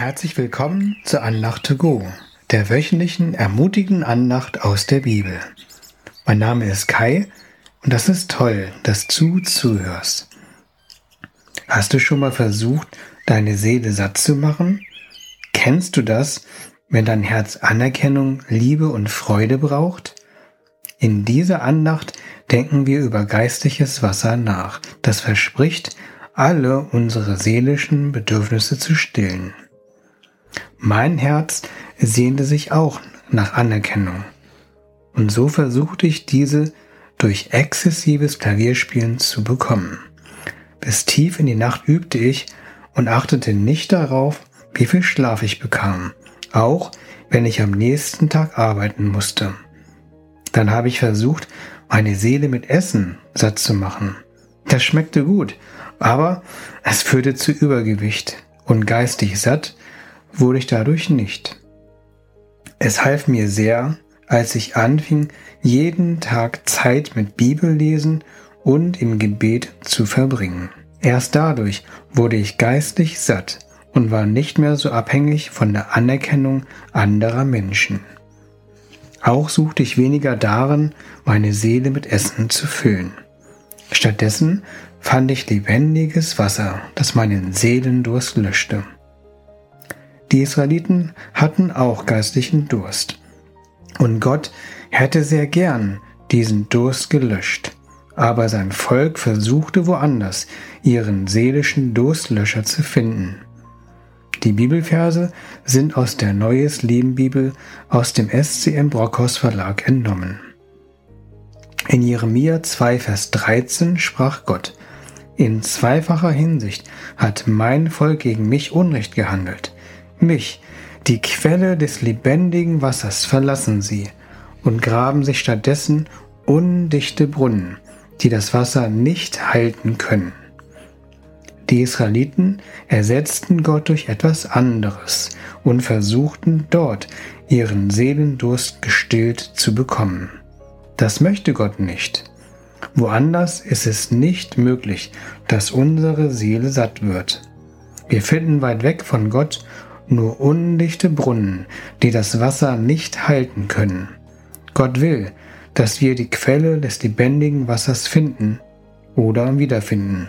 Herzlich willkommen zur Andacht to go, der wöchentlichen ermutigenden Andacht aus der Bibel. Mein Name ist Kai und das ist toll, dass du zuhörst. Hast du schon mal versucht, deine Seele satt zu machen? Kennst du das, wenn dein Herz Anerkennung, Liebe und Freude braucht? In dieser Andacht denken wir über geistliches Wasser nach, das verspricht, alle unsere seelischen Bedürfnisse zu stillen. Mein Herz sehnte sich auch nach Anerkennung. Und so versuchte ich diese durch exzessives Klavierspielen zu bekommen. Bis tief in die Nacht übte ich und achtete nicht darauf, wie viel Schlaf ich bekam, auch wenn ich am nächsten Tag arbeiten musste. Dann habe ich versucht, meine Seele mit Essen satt zu machen. Das schmeckte gut, aber es führte zu Übergewicht und geistig satt wurde ich dadurch nicht. Es half mir sehr, als ich anfing, jeden Tag Zeit mit Bibellesen und im Gebet zu verbringen. Erst dadurch wurde ich geistig satt und war nicht mehr so abhängig von der Anerkennung anderer Menschen. Auch suchte ich weniger darin, meine Seele mit Essen zu füllen. Stattdessen fand ich lebendiges Wasser, das meinen Seelendurst löschte. Die Israeliten hatten auch geistlichen Durst. Und Gott hätte sehr gern diesen Durst gelöscht. Aber sein Volk versuchte woanders, ihren seelischen Durstlöscher zu finden. Die Bibelverse sind aus der Neues Leben Bibel aus dem SCM Brockhaus Verlag entnommen. In Jeremia 2, Vers 13 sprach Gott: In zweifacher Hinsicht hat mein Volk gegen mich Unrecht gehandelt. Mich, die Quelle des lebendigen Wassers, verlassen sie und graben sich stattdessen undichte Brunnen, die das Wasser nicht halten können. Die Israeliten ersetzten Gott durch etwas anderes und versuchten dort ihren Seelendurst gestillt zu bekommen. Das möchte Gott nicht. Woanders ist es nicht möglich, dass unsere Seele satt wird. Wir finden weit weg von Gott nur undichte Brunnen, die das Wasser nicht halten können. Gott will, dass wir die Quelle des lebendigen Wassers finden oder wiederfinden.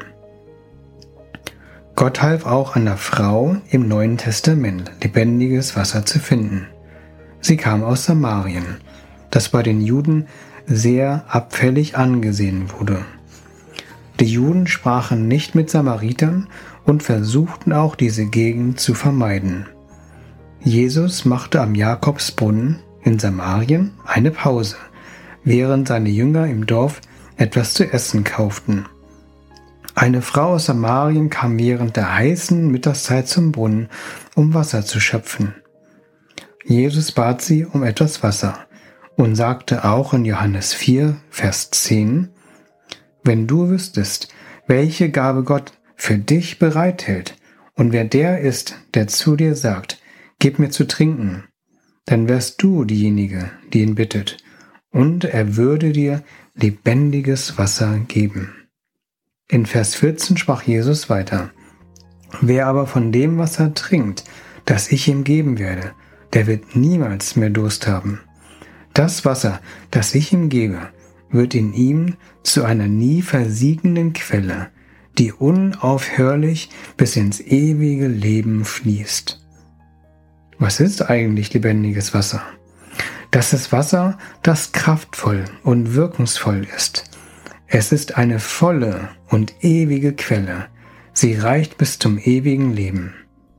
Gott half auch einer Frau im Neuen Testament, lebendiges Wasser zu finden. Sie kam aus Samarien, das bei den Juden sehr abfällig angesehen wurde. Die Juden sprachen nicht mit Samaritern und versuchten auch diese Gegend zu vermeiden. Jesus machte am Jakobsbrunnen in Samarien eine Pause, während seine Jünger im Dorf etwas zu essen kauften. Eine Frau aus Samarien kam während der heißen Mittagszeit zum Brunnen, um Wasser zu schöpfen. Jesus bat sie um etwas Wasser und sagte auch in Johannes 4, Vers 10: Wenn du wüsstest, welche Gabe Gott für dich bereithält und wer der ist, der zu dir sagt: Gib mir zu trinken, dann wärst du diejenige, die ihn bittet, und er würde dir lebendiges Wasser geben. In Vers 14 sprach Jesus weiter: Wer aber von dem Wasser trinkt, das ich ihm geben werde, der wird niemals mehr Durst haben. Das Wasser, das ich ihm gebe, wird in ihm zu einer nie versiegenden Quelle, die unaufhörlich bis ins ewige Leben fließt. Was ist eigentlich lebendiges Wasser? Das ist Wasser, das kraftvoll und wirkungsvoll ist. Es ist eine volle und ewige Quelle. Sie reicht bis zum ewigen Leben.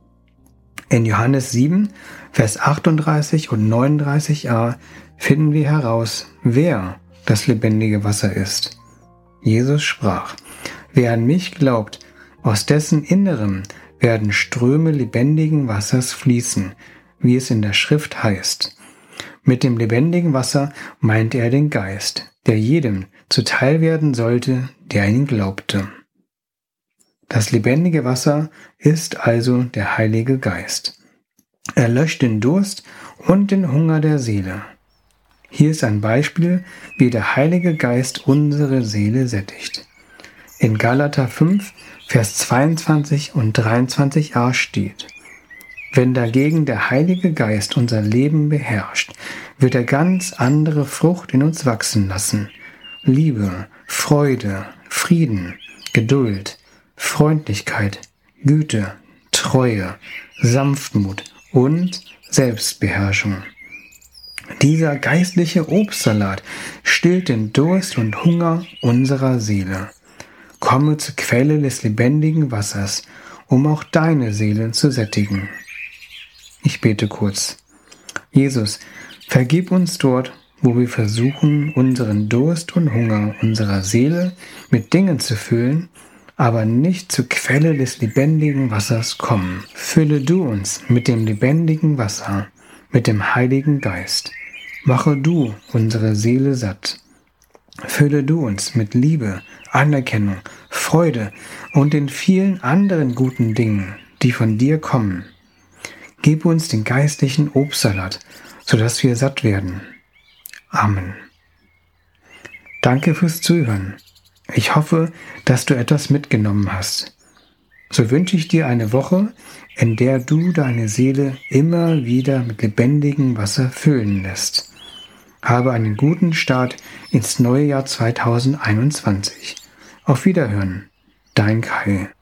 In Johannes 7, Vers 38 und 39a finden wir heraus, wer das lebendige Wasser ist. Jesus sprach: Wer an mich glaubt, aus dessen Innerem werden Ströme lebendigen Wassers fließen, wie es in der Schrift heißt. Mit dem lebendigen Wasser meint er den Geist, der jedem zuteil werden sollte, der an ihn glaubte. Das lebendige Wasser ist also der Heilige Geist. Er löscht den Durst und den Hunger der Seele. Hier ist ein Beispiel, wie der Heilige Geist unsere Seele sättigt. In Galater 5, Vers 22 und 23a steht: Wenn dagegen der Heilige Geist unser Leben beherrscht, wird er ganz andere Frucht in uns wachsen lassen. Liebe, Freude, Frieden, Geduld, Freundlichkeit, Güte, Treue, Sanftmut und Selbstbeherrschung. Dieser geistliche Obstsalat stillt den Durst und Hunger unserer Seele. Komme zur Quelle des lebendigen Wassers, um auch deine Seele zu sättigen. Ich bete kurz. Jesus, vergib uns dort, wo wir versuchen, unseren Durst und Hunger unserer Seele mit Dingen zu füllen, aber nicht zur Quelle des lebendigen Wassers kommen. Fülle du uns mit dem lebendigen Wasser, mit dem Heiligen Geist. Mache du unsere Seele satt. Fülle du uns mit Liebe, Anerkennung, Freude und den vielen anderen guten Dingen, die von dir kommen. Gib uns den geistlichen Obstsalat, sodass wir satt werden. Amen. Danke fürs Zuhören. Ich hoffe, dass du etwas mitgenommen hast. So wünsche ich dir eine Woche, in der du deine Seele immer wieder mit lebendigem Wasser füllen lässt. Habe einen guten Start ins neue Jahr 2021. Auf Wiederhören, dein Kai.